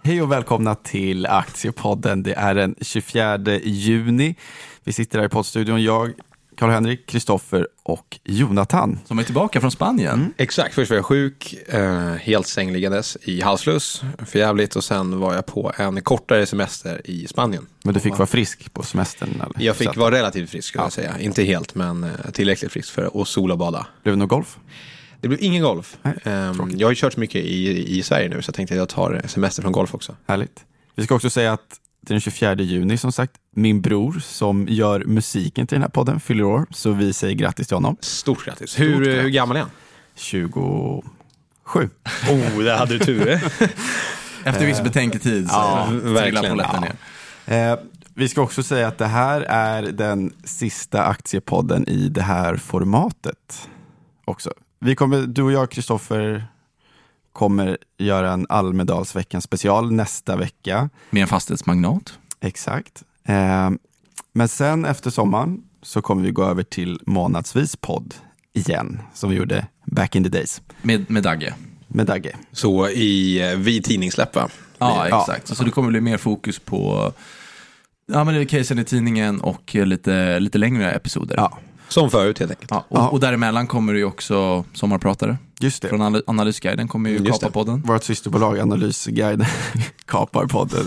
Hej och välkomna till Aktiepodden. Det är den 24 juni. Vi sitter här i poddstudion, jag, Karl-Henrik, Kristoffer och Jonathan. Som är tillbaka från Spanien. Exakt, först var jag sjuk, helt sängliggandes i halsfluss, för jävligt, och sen var jag på en kortare semester i Spanien. Men du fick vara frisk på semestern? Eller? Jag fick vara relativt frisk, skulle jag säga. Inte helt, men tillräckligt frisk för att sola och bada. Blev det någon golf? Det blev ingen golf. Jag har ju kört mycket i Sverige nu, så jag tänkte att jag tar semester från golf också. Härligt. Vi ska också säga att den 24 juni, som sagt, min bror som gör musiken till den här podden fyller år, så vi säger grattis till honom. Stort grattis. Hur gammal är han? 27. Det hade du tur. Efter viss betänketid så trillar polletten ner. Vi ska också säga att det här är den sista aktiepodden i det här formatet också. Du och jag, Kristoffer, kommer göra en Almedalsveckan special nästa vecka. Med en fastighetsmagnat. Exakt. Men sen efter sommaren så kommer vi gå över till månadsvis podd igen, som vi gjorde back in the days. Med Dagge. Med Dagge. Så vid tidningssläpp, va? Ja, exakt. Så det kommer bli mer fokus på men det är casen i tidningen och lite längre episoder. Ja. Som förut, helt enkelt. Ja, och däremellan kommer det ju också sommarpratare. Just det. Från Analysguiden kommer ju kapa podden. Vårt systerbolag Analysguiden kapar podden.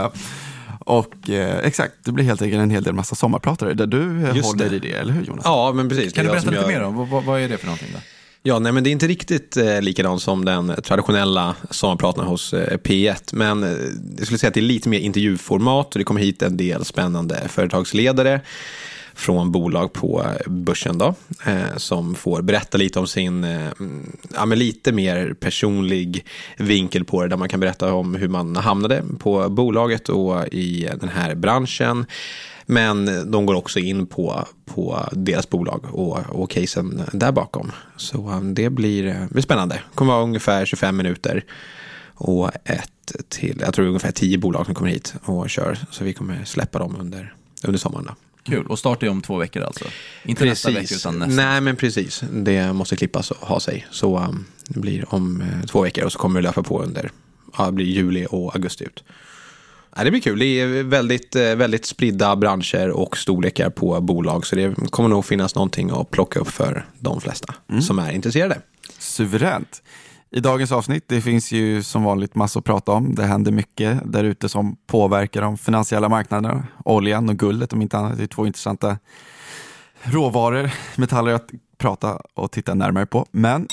Exakt, det blir helt enkelt en hel del massa sommarpratare där du håller i det, eller hur, Jonas? Ja, men precis. Kan du berätta lite mer om vad är det för någonting då? Ja, nej, men det är inte riktigt likadant som den traditionella sommarpraten hos P1, men jag skulle säga att det är lite mer intervjuformat, och det kommer hit en del spännande företagsledare från bolag på börsen då, som får berätta lite om sin men lite mer personlig vinkel på det, där man kan berätta om hur man hamnade på bolaget och i den här branschen. Men de går också in på deras bolag och casen där bakom. Så det blir spännande. Det kommer vara ungefär 25 minuter och jag tror ungefär 10 bolag som kommer hit och kör. Så vi kommer släppa dem under sommaren då. Kul, och start är om 2 veckor alltså? Inte precis. Nästa vecka utan nästa. Nej, men precis. Det måste klippas och ha sig. Så det blir om 2 veckor, och så kommer det löpa på det blir juli och augusti ut. Ja, det blir kul. Det är väldigt, väldigt spridda branscher och storlekar på bolag, så det kommer nog finnas någonting att plocka upp för de flesta som är intresserade. Suveränt. I dagens avsnitt, det finns ju som vanligt massor att prata om. Det händer mycket där ute som påverkar de finansiella marknaderna. Oljan och guldet, om inte annat, är 2 intressanta råvaror, metaller att prata och titta närmare på. Men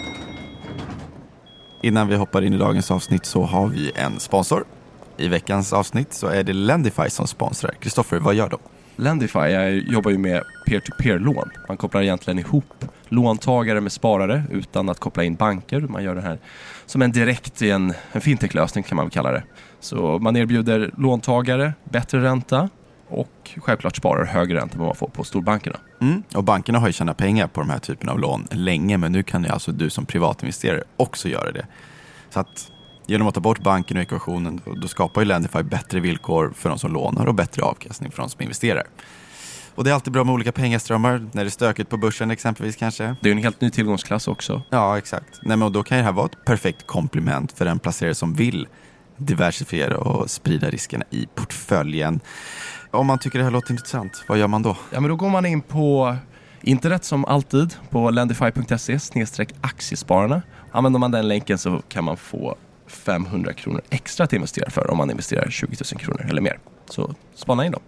innan vi hoppar in i dagens avsnitt så har vi en sponsor. I veckans avsnitt så är det Lendify som sponsrar. Kristoffer, vad gör de? Lendify jobbar ju med peer-to-peer-lån. Man kopplar egentligen ihop låntagare med sparare utan att koppla in banker. Man gör det här som en direkt i en fintech-lösning, kan man väl kalla det. Så man erbjuder låntagare bättre ränta och självklart sparare högre ränta än vad man får på storbankerna. Och bankerna har ju tjänat pengar på de här typen av lån länge, men nu kan ju alltså du som privatinvesterare också göra det. Så att genom att ta bort banken och ekvationen, då skapar ju Lendify bättre villkor för de som lånar och bättre avkastning för de som investerar. Och det är alltid bra med olika pengaströmmar när det är stökigt på börsen exempelvis kanske. Det är en helt ny tillgångsklass också. Ja, exakt. Nej, men då kan det här vara ett perfekt komplement för en placerare som vill diversifiera och sprida riskerna i portföljen. Om man tycker det här låter intressant, vad gör man då? Ja, men då går man in på internet som alltid på lendify.se/aktiespararna. Använder man den länken så kan man få 500 kronor extra att investera för om man investerar 20 000 kronor eller mer. Så spana in dem.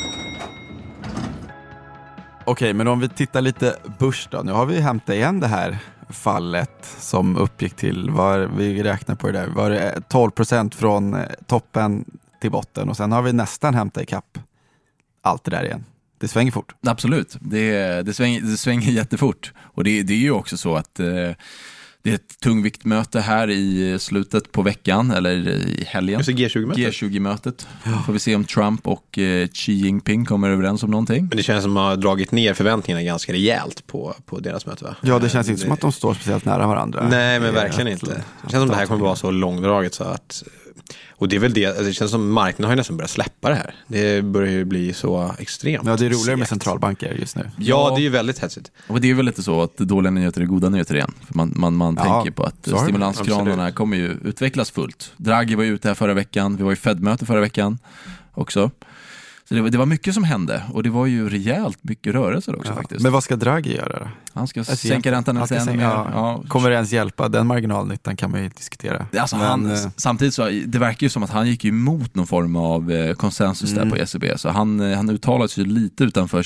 Okej, men om vi tittar lite börs då. Nu har vi hämtat igen det här fallet som uppgick till, vi räknar på det där, var det 12% från toppen till botten, och sen har vi nästan hämtat ikapp allt det där igen. Det svänger fort. Absolut, det svänger jättefort. Och det är ju också så att det är ett tungviktmöte här i slutet på veckan, eller i helgen. G20-mötet. Får vi se om Trump och Xi Jinping kommer överens om någonting. Men det känns som att man har dragit ner förväntningarna ganska rejält på deras möte, va? Ja, det känns inte som att de står speciellt nära varandra. Nej, men verkligen inte. Det känns som det här kommer vara så långdraget så att Och det är väl det känns som marknaden har ju nästan börjat släppa det här. Det börjar ju bli så extremt. Ja, det är roligare med centralbanker just nu. Ja, det är ju väldigt hetsigt. Och det är väl lite så att dåliga nyheter är goda nyheter igen. För man tänker på att stimulanskranarna kommer ju utvecklas fullt. Draghi var ju ute här förra veckan. Vi var i Fed-möte förra veckan också. Så det var mycket som hände. Och det var ju rejält mycket rörelser också faktiskt. Men vad ska Draghi göra då? Han ska sänka räntan ännu mer. Ja. Kommer det ens hjälpa? Den marginalnyttan kan man ju diskutera. Alltså samtidigt så det verkar ju som att han gick emot någon form av konsensus där på ECB. Så han uttalade sig lite utanför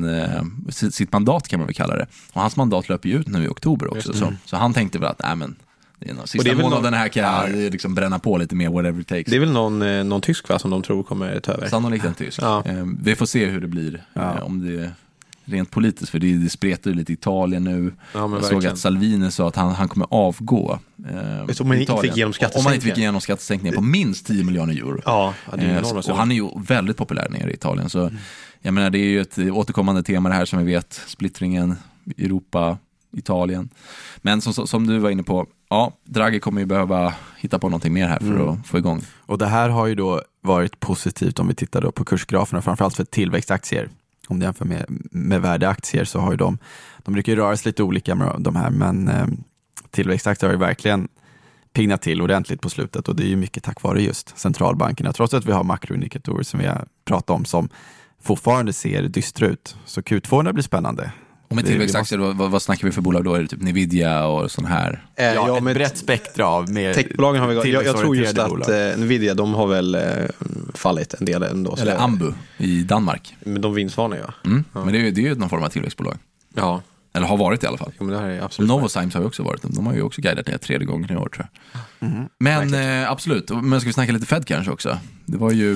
sitt mandat kan man väl kalla det. Och hans mandat löper ju ut nu i oktober också. Så han tänkte väl att sista månaden här kan jag liksom bränna på lite mer whatever it takes. Det är väl någon tysk som de tror kommer ta över. Sannolikt en tysk. Ja. Vi får se hur det blir om det rent politiskt, för det spretar ju lite i Italien nu. Jag såg att Salvini sa att han kommer avgå. Om man inte fick igenom skattesänkningar på minst 10 miljoner euro. Ja, det är och han är ju väldigt populär nere i Italien. Så jag menar, det är ju ett återkommande tema det här som vi vet. Splittringen, Europa, Italien. Men som du var inne på, Draghi kommer ju behöva hitta på någonting mer här för att få igång. Och det här har ju då varit positivt om vi tittar då på kursgraferna, framförallt för tillväxtaktier. Om det jämför med värdeaktier så har ju de brukar ju röra sig lite olika med de här, men tillväxtaktier har ju verkligen pignat till ordentligt på slutet, och det är ju mycket tack vare just centralbankerna, trots att vi har makroindikatorer som vi har pratat om som fortfarande ser dystra ut. Så Q2 blir spännande. Och med tillväxtaktier, vad snackar vi för bolag då? Är det typ Nvidia och sån här? Ett brett spektra av med techbolagen har vi. Jag tror just att Nvidia, de har väl fallit en del ändå. Eller Ambu i Danmark. Men de vinstvarnar ju. Men det är ju någon form av tillväxtbolag. Ja. Eller har varit i alla fall. Jo, men det här är absolut. Novozymes har ju också varit. De har ju också guidat ner 3:e gången i år, tror jag. Men absolut. Men ska vi snacka lite Fed kanske också? Det var ju...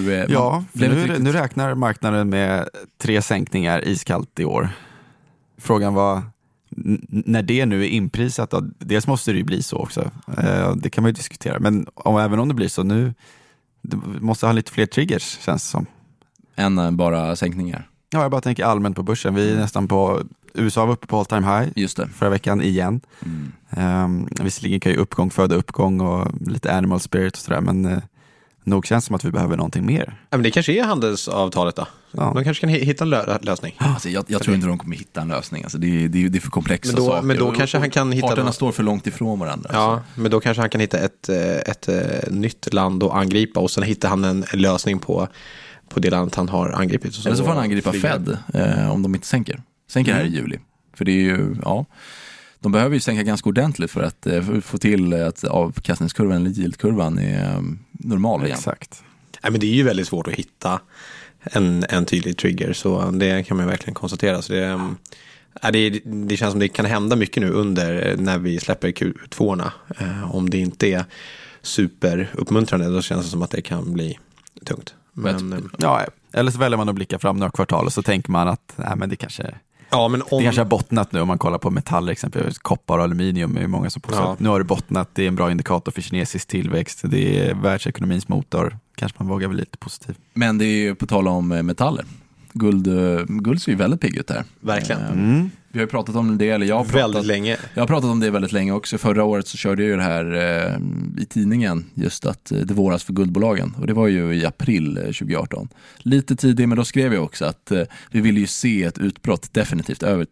nu räknar marknaden med 3 sänkningar iskallt i år. Frågan var, när det nu är inprisat, dels måste det ju bli så också. Det kan man ju diskutera. Men även om det blir så nu, det måste ha lite fler triggers, känns det som. Än bara sänkningar. Ja, jag bara tänker allmänt på börsen. Vi är nästan på, USA var uppe på all time high. Just det. Förra veckan igen. Visserligen kan ju uppgång föda uppgång och lite animal spirit och sådär, men nog känns det som att vi behöver någonting mer. Men det kanske är handelsavtalet då. Ja. De kanske kan hitta en lösning. Alltså, jag tror inte de kommer hitta en lösning. Alltså, det är för komplexa saker. Men då kanske han kan hitta... Parterna står för långt ifrån varandra. Ja, alltså. Men då kanske han kan hitta ett nytt land att angripa, och sen hittar han en lösning på det landet han har angripit. Eller så får han angripa Fed om de inte sänker. Sänker här i juli. För det är ju, de behöver ju sänka ganska ordentligt för att få till att avkastningskurvan eller yieldkurvan är normal igen. Exakt. Nej, men det är ju väldigt svårt att hitta en tydlig trigger, så det kan man verkligen konstatera. Så det känns som det kan hända mycket nu under när vi släpper Q2-orna. Om det inte är super uppmuntrande, då känns det som att det kan bli tungt. Men, eller så väljer man att blicka fram några kvartal och så tänker man att men det kanske... Ja, det kanske har bottnat nu om man kollar på metaller, exempelvis koppar och aluminium är många som påstår. Nu har det bottnat, det är en bra indikator för kinesisk tillväxt, det är världsekonomins motor, kanske man vågar bli lite positiv. Men det är ju på tal om metaller. Guld ser ju väldigt pigg ut här. Verkligen. Vi har ju pratat om det, eller jag har pratat om det väldigt länge också. Förra året så körde jag ju det här i tidningen, just att det våras för guldbolagen. Och det var ju i april 2018. Lite tidigt, men då skrev jag också att vi vill ju se ett utbrott definitivt över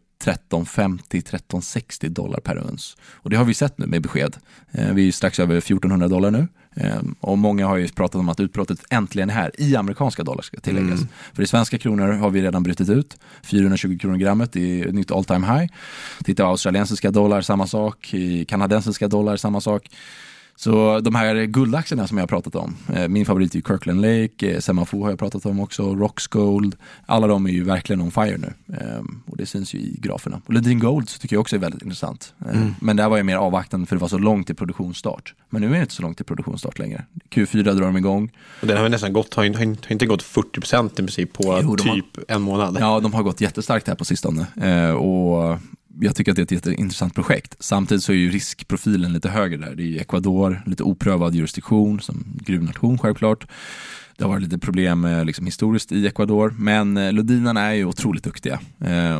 $1350-1360 per uns. Och det har vi sett nu med besked. Vi är strax över $1400 nu. Och många har ju pratat om att utbrottet äntligen är här i amerikanska dollar, ska tilläggas. För i svenska kronor har vi redan brutit ut 420 kronor grammet i ett nytt all time high. Tittar australiensiska dollar, samma sak. I kanadensiska dollar, samma sak. Så de här guldaktierna som jag har pratat om, min favorit är Kirkland Lake, Semafor har jag pratat om också, Rocks Gold, alla de är ju verkligen on fire nu. Och det syns ju i graferna. Och Lundin Gold så tycker jag också är väldigt intressant. Men där var jag mer avvaktande för det var så långt till produktionsstart. Men nu är det inte så långt till produktionsstart längre. Q4 drar de igång. Och den har nästan gått, har inte gått 40% i princip på en månad. Ja, de har gått jättestarkt här på sistone. Och jag tycker att det är ett jätteintressant projekt. Samtidigt så är ju riskprofilen lite högre där. Det är ju Ecuador, lite oprövad jurisdiktion som gruvnation självklart. Det har varit lite problem liksom historiskt i Ecuador. Men Lundinarna är ju otroligt duktiga.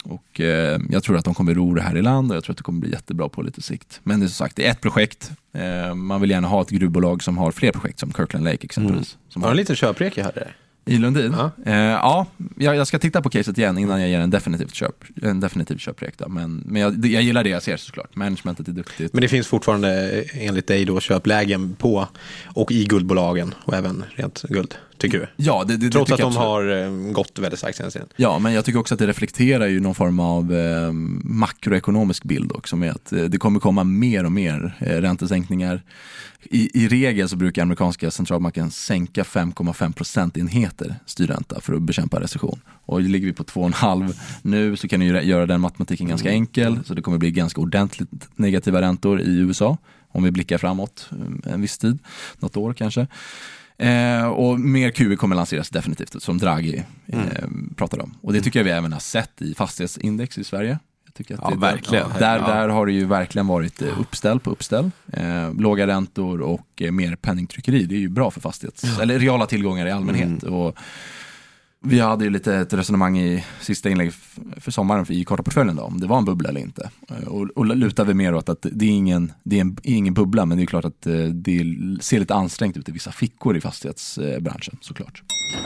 Och jag tror att de kommer ro det här i land och jag tror att det kommer bli jättebra på lite sikt. Men det är som sagt, det är ett projekt. Man vill gärna ha ett gruvbolag som har fler projekt som Kirkland Lake exempelvis. Som har en liten köprek jag hade. I Lundin? Ja, jag ska titta på caset igen innan jag ger en definitiv köprek då. Men jag gillar det jag ser såklart. Managementet är duktigt. Men det finns fortfarande enligt dig då köplägen på och i guldbolagen och även rent guld, tycker du? Ja, det trots att de har gått väldigt starkt sen. Ja, men jag tycker också att det reflekterar ju någon form av makroekonomisk bild också med att det kommer komma mer och mer räntesänkningar. I regel så brukar amerikanska centralbanken sänka 5,5 procentenheter styrränta för att bekämpa recession. Och ligger vi på 2,5 nu så kan du göra den matematiken ganska enkel. Så det kommer bli ganska ordentligt negativa räntor i USA om vi blickar framåt en viss tid, något år kanske. Och mer QE kommer lanseras definitivt som Draghi pratade om. Och det tycker jag vi även har sett i fastighetsindex i Sverige. Tycker att verkligen. Där har det ju verkligen varit uppställ på uppställ. Låga räntor och mer penningtryckeri. Det är ju bra för eller reala tillgångar i allmänhet. Och vi hade ju lite ett resonemang i sista inlägg för sommaren i korta portföljen då, om det var en bubbla eller inte. Och lutar vi mer åt att det är ingen bubbla, men det är klart att det ser lite ansträngt ut i vissa fickor i fastighetsbranschen såklart.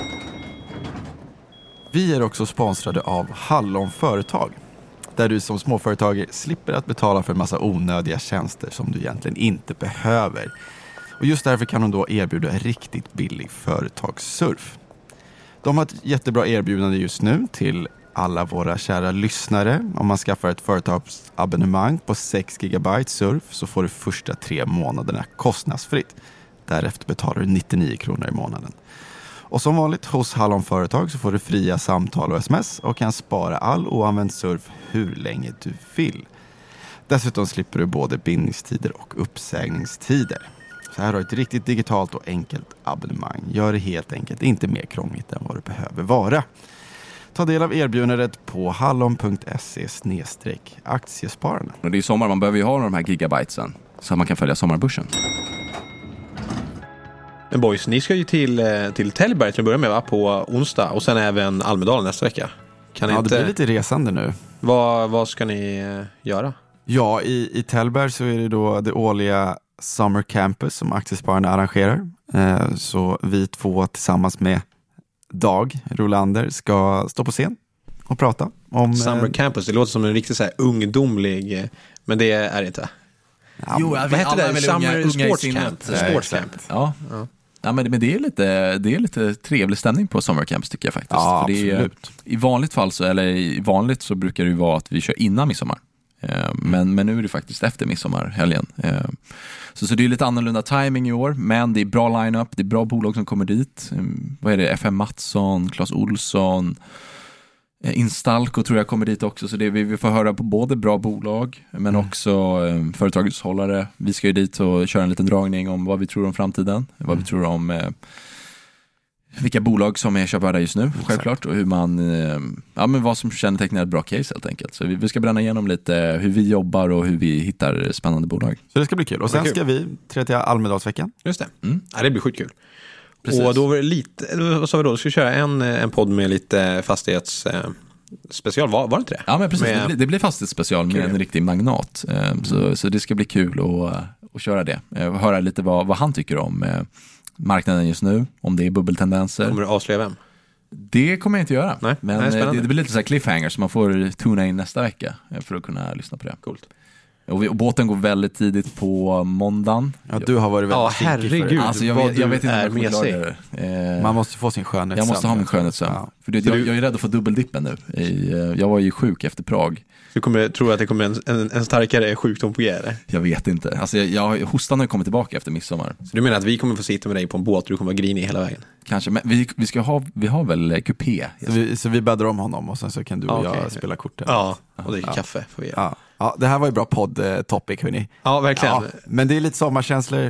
Vi är också sponsrade av Hallon Företag. Där du som småföretagare slipper att betala för en massa onödiga tjänster som du egentligen inte behöver. Och just därför kan de då erbjuda riktigt billig företagssurf. De har ett jättebra erbjudande just nu till alla våra kära lyssnare. Om man skaffar ett företagsabonnemang på 6 GB surf så får du första 3 månaderna kostnadsfritt. Därefter betalar du 99 kronor i månaden. Och som vanligt hos Hallon Företag så får du fria samtal och sms och kan spara all oanvänd surf hur länge du vill. Dessutom slipper du både bindningstider och uppsägningstider. Så här har du ett riktigt digitalt och enkelt abonnemang. Gör det helt enkelt inte mer krångligt än vad det behöver vara. Ta del av erbjudandet på hallon.se/aktiesparande. Och det är sommar, man behöver ju ha de här gigabytesen så att man kan följa sommarbörsen. Men boys, ni ska ju till Tällberg till att börja med, va? På onsdag och sen även Almedalen nästa vecka. Det blir lite resande nu. Vad ska ni göra? Ja, i Tällberg så är det då det årliga Summer Campus som Aktiespararna arrangerar. Så vi två tillsammans med Dag Rolander ska stå på scen och prata om Summer Campus. Det låter som en riktigt så här ungdomlig, men det är det inte. Ja, vad heter det? Summer Sports Camp. Sports Camp. Ja. Ja, men det är lite trevlig stämning på Summer Camps tycker jag faktiskt. Ja, för det är, i vanligt så brukar det ju vara att vi kör innan midsommar. Men nu är det faktiskt efter midsommarhelgen. Så det är lite annorlunda timing i år, men det är bra line-up, det är bra bolag som kommer dit. Vad är det? FM Mattsson, Claes Olsson, Instalco tror jag kommer dit också. Så vi får höra på både bra bolag men också företagshållare. Vi ska ju dit och köra en liten dragning om vad vi tror om framtiden, vad vi tror om vilka bolag som är köpvärda just nu, självklart, och hur man, men vad som kännetecknar ett bra case helt enkelt. Så vi ska bränna igenom lite hur vi jobbar och hur vi hittar spännande bolag. Så det ska bli kul. Och sen ska vi till Almedalsveckan. Just det. Ja, det blir skitkul. Precis. Och då var det lite, vad sa vi då? Vi ska köra en podd med lite fastighets special, var det inte det? Ja, men precis. Det blir fastighetsspecial med en riktig magnat. Så det ska bli kul att köra det. Höra lite vad han tycker om marknaden just nu, om det är bubbeltendenser. Kommer du avslöja vem? Det kommer jag inte göra. Nej, men det blir lite så här cliffhanger så man får tuna in nästa vecka för att kunna lyssna på det. Coolt. Och båten går väldigt tidigt på måndagen. Ja, du har varit väldigt herregud. Alltså, jag vet inte om jag kommer man måste få sin skönhetssömn. Jag måste ha min skönhetssömn. Ja. För jag är rädd att få dubbeldippen nu. Jag var ju sjuk efter Prag. Du tror att det kommer en starkare sjukdom på er? Jag vet inte. Alltså, hostan har ju kommit tillbaka efter midsommar. Så du menar att vi kommer få sitta med dig på en båt och du kommer vara grinig hela vägen? Kanske, men vi har väl kupé. Så vi bäddar om honom och sen så kan du och jag spela korten. Ja, och dricka kaffe får vi göra. Ja, det här var ju bra podd-topic, hörni. Ja, verkligen. Ja, men det är lite sommarkänslor.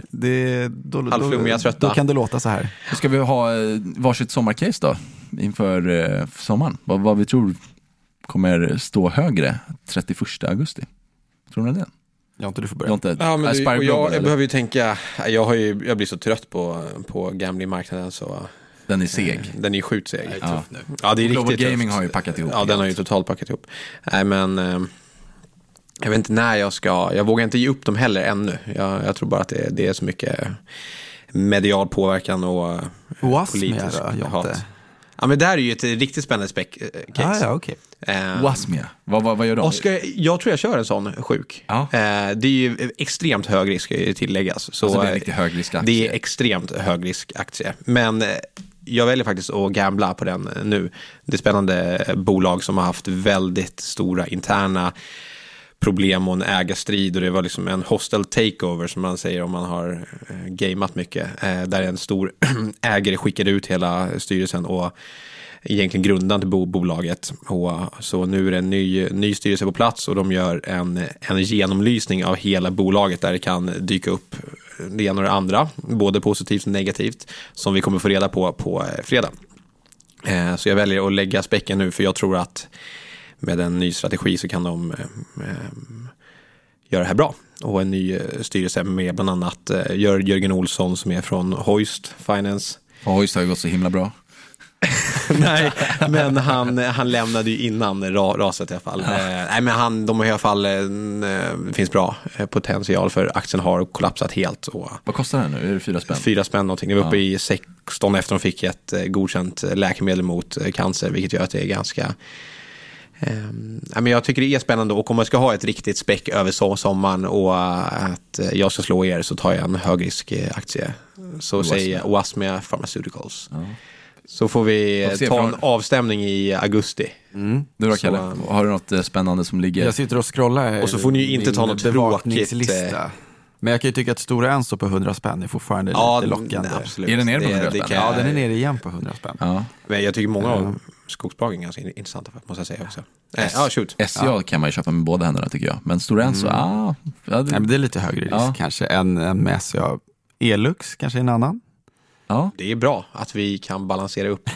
Då kan det låta så här. Då ska vi ha varsitt sommarcase då inför sommaren. Vad vi tror kommer stå högre 31 augusti. Tror ni det? Jag inte du får börja. Jag behöver ju tänka, jag blir så trött på gambling-marknaden så Den är seg. Den är sjukt seg. Ja. Ja, det är Global riktigt Gaming tufft. har ju packat ihop. Ja, den har ju totalt packat ihop. Nej, men jag vet inte när jag vågar inte ge upp dem heller ännu. Jag tror bara att det är så mycket medial påverkan och politisk hat. Ja, men det här är ju ett riktigt spännande case. Ja, okej. Wasmia, vad gör de? Jag tror jag kör en sån sjuk. Ja. Det är ju extremt hög risk, ska ju tilläggas. Så alltså det är en riktigt högriskaktie. det är extremt högriskaktie. Men jag väljer faktiskt att gambla på den nu. Det är spännande bolag som har haft väldigt stora interna problem och en ägarstrid, och det var liksom en hostile takeover som man säger om man har gameat mycket, där en stor ägare skickade ut hela styrelsen och egentligen grundan till bolaget, och så nu är det en ny styrelse på plats och de gör en genomlysning av hela bolaget där det kan dyka upp det ena och det andra, både positivt och negativt, som vi kommer få reda på fredag. Så jag väljer att lägga späcken nu, för jag tror att med en ny strategi så kan de göra det här bra. Och en ny styrelse med bland annat Jörgen Olsson som är från Hoist Finance. Och Hoist har ju gått så himla bra. Nej, men han lämnade ju innan raset i alla fall. Nej, men de har i alla fall finns bra potential, för aktien har kollapsat helt. Och vad kostar den nu? Är det 4 spänn? 4 spänn någonting. Det var uppe i 16 efter de fick ett godkänt läkemedel mot cancer, vilket gör att det är ganska... men jag tycker det är spännande, och om man ska ha ett riktigt späck över sommaren och att jag ska slå er, så tar jag en högrisk aktie. Så säger jag Wasmia Pharmaceuticals. Ja. Så får vi ta en avstämning i augusti. Du då, Kalle, har du något spännande som ligger? Jag sitter och scrollar. Och så får ni ju inte ta något tråkigt. Men jag kan ju tycka att Stora Enso på 100 spänn är fortfarande lite lockande. Nej, absolut. Är den nere på 100 spänn? Ja, den är nere igen på 100 spänn. Ja. Men jag tycker många av skogsbolagen är ganska intressanta, måste jag säga också. Shoot. SCA kan man ju köpa med båda händerna, tycker jag. Men Stora Enso, men det är lite högre risk kanske än med SCA. Elux kanske är en annan. Ja. Det är bra att vi kan balansera upp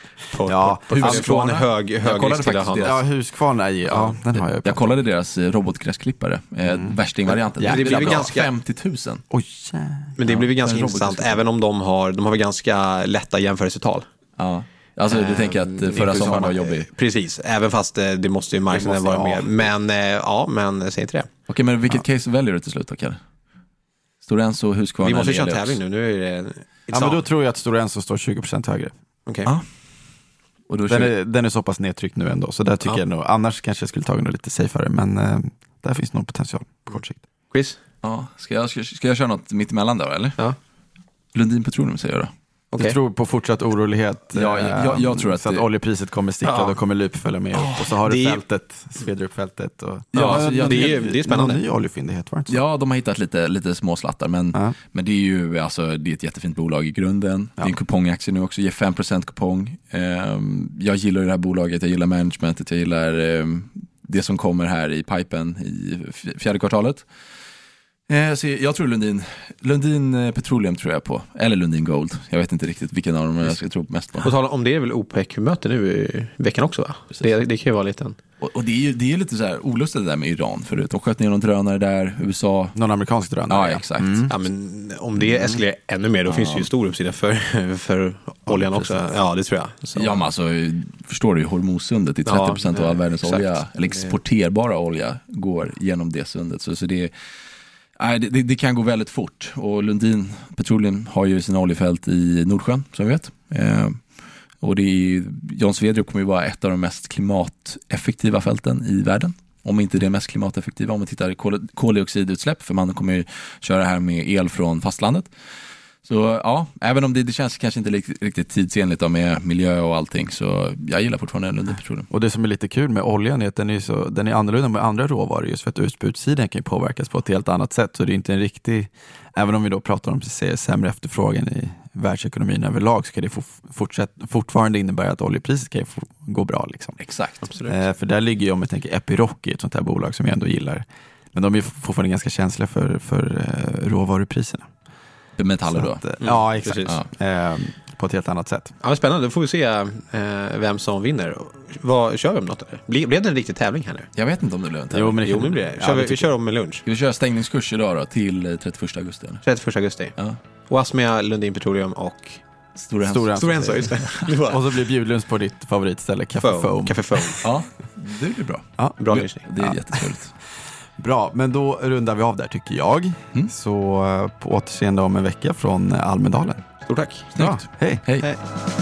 från hög risk till att ha. Ja, Husqvarna är ju, den har jag. Jag kollade deras robotgräsklippare, värstingvarianten. Ja, det blir ganska 50 000. Oj, men det blir ganska intressant, även om de har väl ganska lätta jämförelsetal. Ja. Alltså du tänker att förra sommaren var jobbig. Precis, även fast det måste ju marknaden vara med. Men säg inte det. Okej, men vilket case väljer du till slut då, Kalle? Stora Enso, Husqvarna. Vi måste köra tävling nu är det... men då tror jag att Stora Enso står 20% högre. Okej. Ja. Och då den är så pass nedtryckt nu ändå, så där tycker jag nog, annars kanske jag skulle ta något lite safeare, men där finns nog potential på kort sikt. Quiz? Ja, ska jag köra något mitt emellan då, eller? Ja. Lundin Petroleum säger jag då. Okay. Du tror på fortsatt orolighet? Jag tror att så att oljepriset kommer sticka, då kommer LUP följa med upp, och så har du fältet, Svedrup-fältet. Och... det är spännande. En ny oljefyndighet, var det inte så? Ja, de har hittat lite småslattar, men det är ju alltså, det är ett jättefint bolag i grunden. Det är en kupongaktie nu också, ger 5% kupong. Jag gillar det här bolaget, jag gillar managementet, jag gillar det som kommer här i pipen i fjärde kvartalet. Så jag tror Lundin Petroleum tror jag på. Eller Lundin Gold. Jag vet inte riktigt vilken av dem jag ska tro mest på. Och tala om det är väl OPEC-möte nu i veckan också, va? Det kan ju vara lite... Och det är lite så här olustigt det där med Iran förut. De sköt ner någon drönare där, USA. Någon amerikansk drönare. Ja, exakt. Ja, men om det eskalerar ännu mer, då finns det ju stor uppsida för oljan också. Ja, det tror jag. Så. Ja, men alltså, förstår du, Hormuzsundet, 30% av all världens olja, eller exporterbara olja, går genom det sundet. Så det kan gå väldigt fort, och Lundin Petroleum har ju sina oljefält i Nordsjön, som vi vet. Och Johan Sverdrup kommer ju vara ett av de mest klimateffektiva fälten i världen. Om inte det mest klimateffektiva, om man tittar koldioxidutsläpp, för man kommer ju köra här med el från fastlandet. Så ja, även om det känns kanske inte riktigt tidsenligt då med miljö och allting, så jag gillar fortfarande Lundin Petroleum. Och det som är lite kul med oljan är att den är annorlunda med andra råvaror, just för att utbudssidan kan ju påverkas på ett helt annat sätt. Så det är inte en riktig, även om vi då pratar om sämre efterfrågan i världsekonomin överlag, så kan det fortfarande innebära att oljepriset kan gå bra. Liksom. Exakt. Absolut. För där ligger ju, om jag tänker Epiroc, i ett sånt här bolag som jag ändå gillar. Men de är fortfarande ganska känsliga för råvarupriserna. Metaller då? Ja, exakt. Ja. På ett helt annat sätt. Ja, spännande. Då får vi se vem som vinner. Kör vi om något? Blev det en riktig tävling här nu? Jag vet inte om det blir en tävling. Jo, men det blir det. Vi kör om med lunch. Ska vi köra stängningskurs idag då, till 31 augusti? Eller? 31 augusti. Ja. Wasmia, Lundin Petroleum och Stora Enso, just det. Och så blir bjudlunch på ditt favoritställe, Café Foam. Café Foam. Ja, det blir bra. Ja, bra lyssning. Det är jättetrevligt. Bra, men då rundar vi av där tycker jag. Så på återseende om en vecka från Almedalen. Stort tack. Ja, hej. Hej.